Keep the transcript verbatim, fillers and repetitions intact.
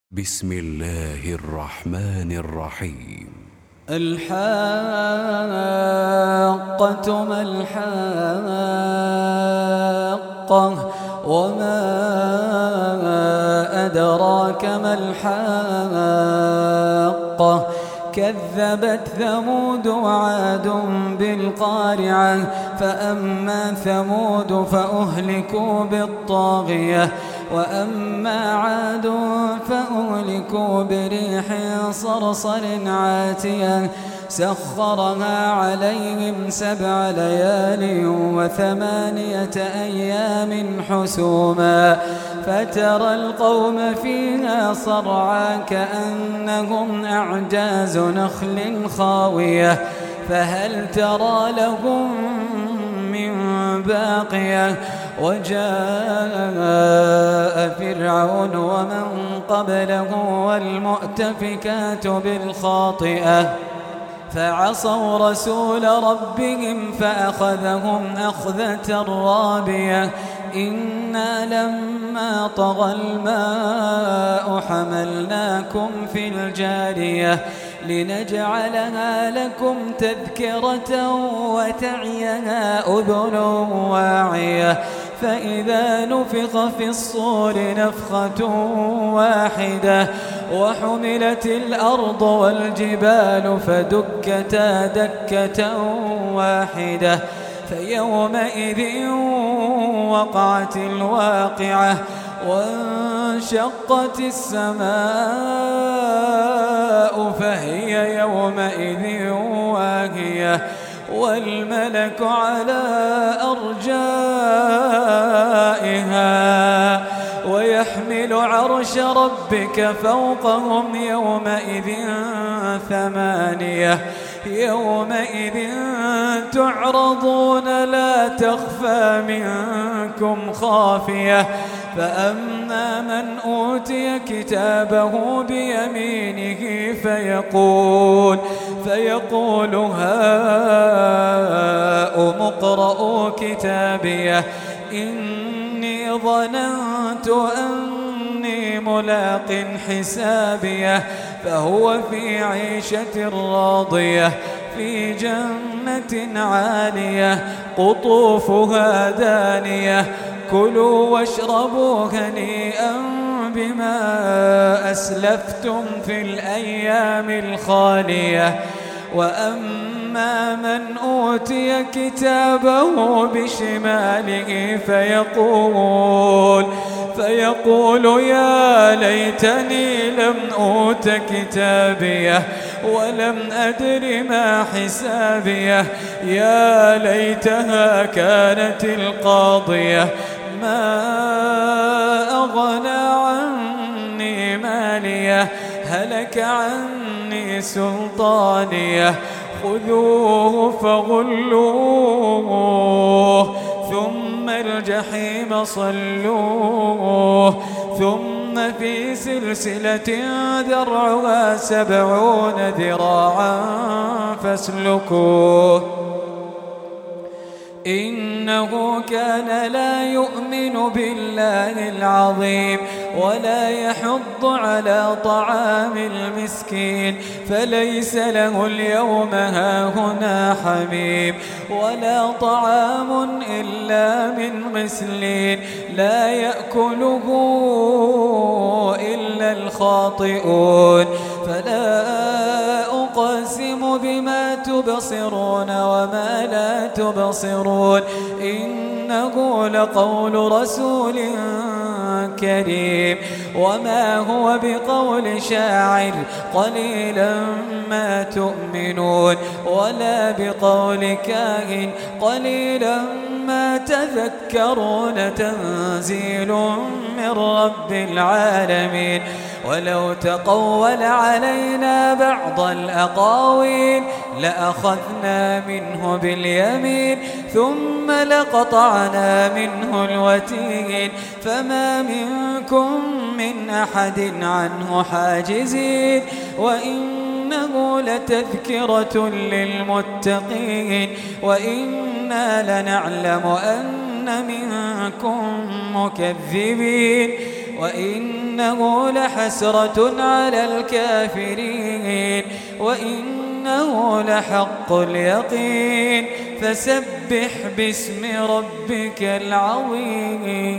بسم الله الرحمن الرحيم. الحاقة ما الحاقة وما أدراك ما الحاقة كذبت ثمود وعاد بالقارعة فأما ثمود فأهلكوا بالطاغية وأما عاد فأهلكوا بريح صرصر عاتية سخرها عليهم سبع ليال وثمانية أيام حسوما فترى القوم فيها صرعى كأنهم أعجاز نخل خاوية فهل ترى لهم من باقية وجاء فرعون ومن قبله والمؤتفكات بالخاطئة فعصوا رسول ربهم فأخذهم أخذة رابية إنا لما طغى الماء حملناكم في الجارية لنجعلها لكم تذكرة وتعيها أذن واعية فإذا نفخ في الصور نفخة واحدة وحملت الأرض والجبال فدكتا دكة واحدة فيومئذ وقعت الواقعة وانشقت السماء فهي يومئذ واهية والملك على أرجائها ويحمل عرش ربك فوقهم يومئذ ثمانية يومئذ تعرضون لا تخفى منكم خافية فأما من أوتي كتابه بيمينه فيقول فيقول هاؤم اقرءوا كتابيه إني ظننت أني ملاق حسابيه فهو في عيشة راضية في جنة عالية قطوفها دانية كلوا واشربوا هنيئا بما أسلفتم في الأيام الخالية وأما من أوتي كتابه بشماله فيقول فيقول يا ليتني لم أوت كتابيه ولم أدر ما حسابيه يا ليتها كانت القاضية ما أغنى عني ماليه هلك عني سلطانيه خذوه فغلوه ثم الجحيم صلوه ثم في سلسلة ذرعها سبعون ذراعا فاسلكوه إنه كان لا يؤمن بالله العظيم ولا يحض على طعام المسكين فليس له اليوم هاهنا حميم ولا طعام إلا من غسلين لا يأكله إلا الخاطئون فلا أقسم بما تبصرون وما لا تبصرون إنه لقول رسول كريم وما هو بقول شاعر قليلا ما تؤمنون ولا بقول كاهن قليلا ما تذكرون تنزيل من رب العالمين ولو تقول علينا بعض الأقاويل لأخذنا منه باليمين ثم لقطعنا منه الوتين فما منكم من أحد عنه حاجزين وإنه لتذكرة للمتقين وإنا لنعلم أن منكم مكذبين وإن إنه لحسرة على الكافرين وإنه لحق اليقين فسبح باسم ربك العظيم.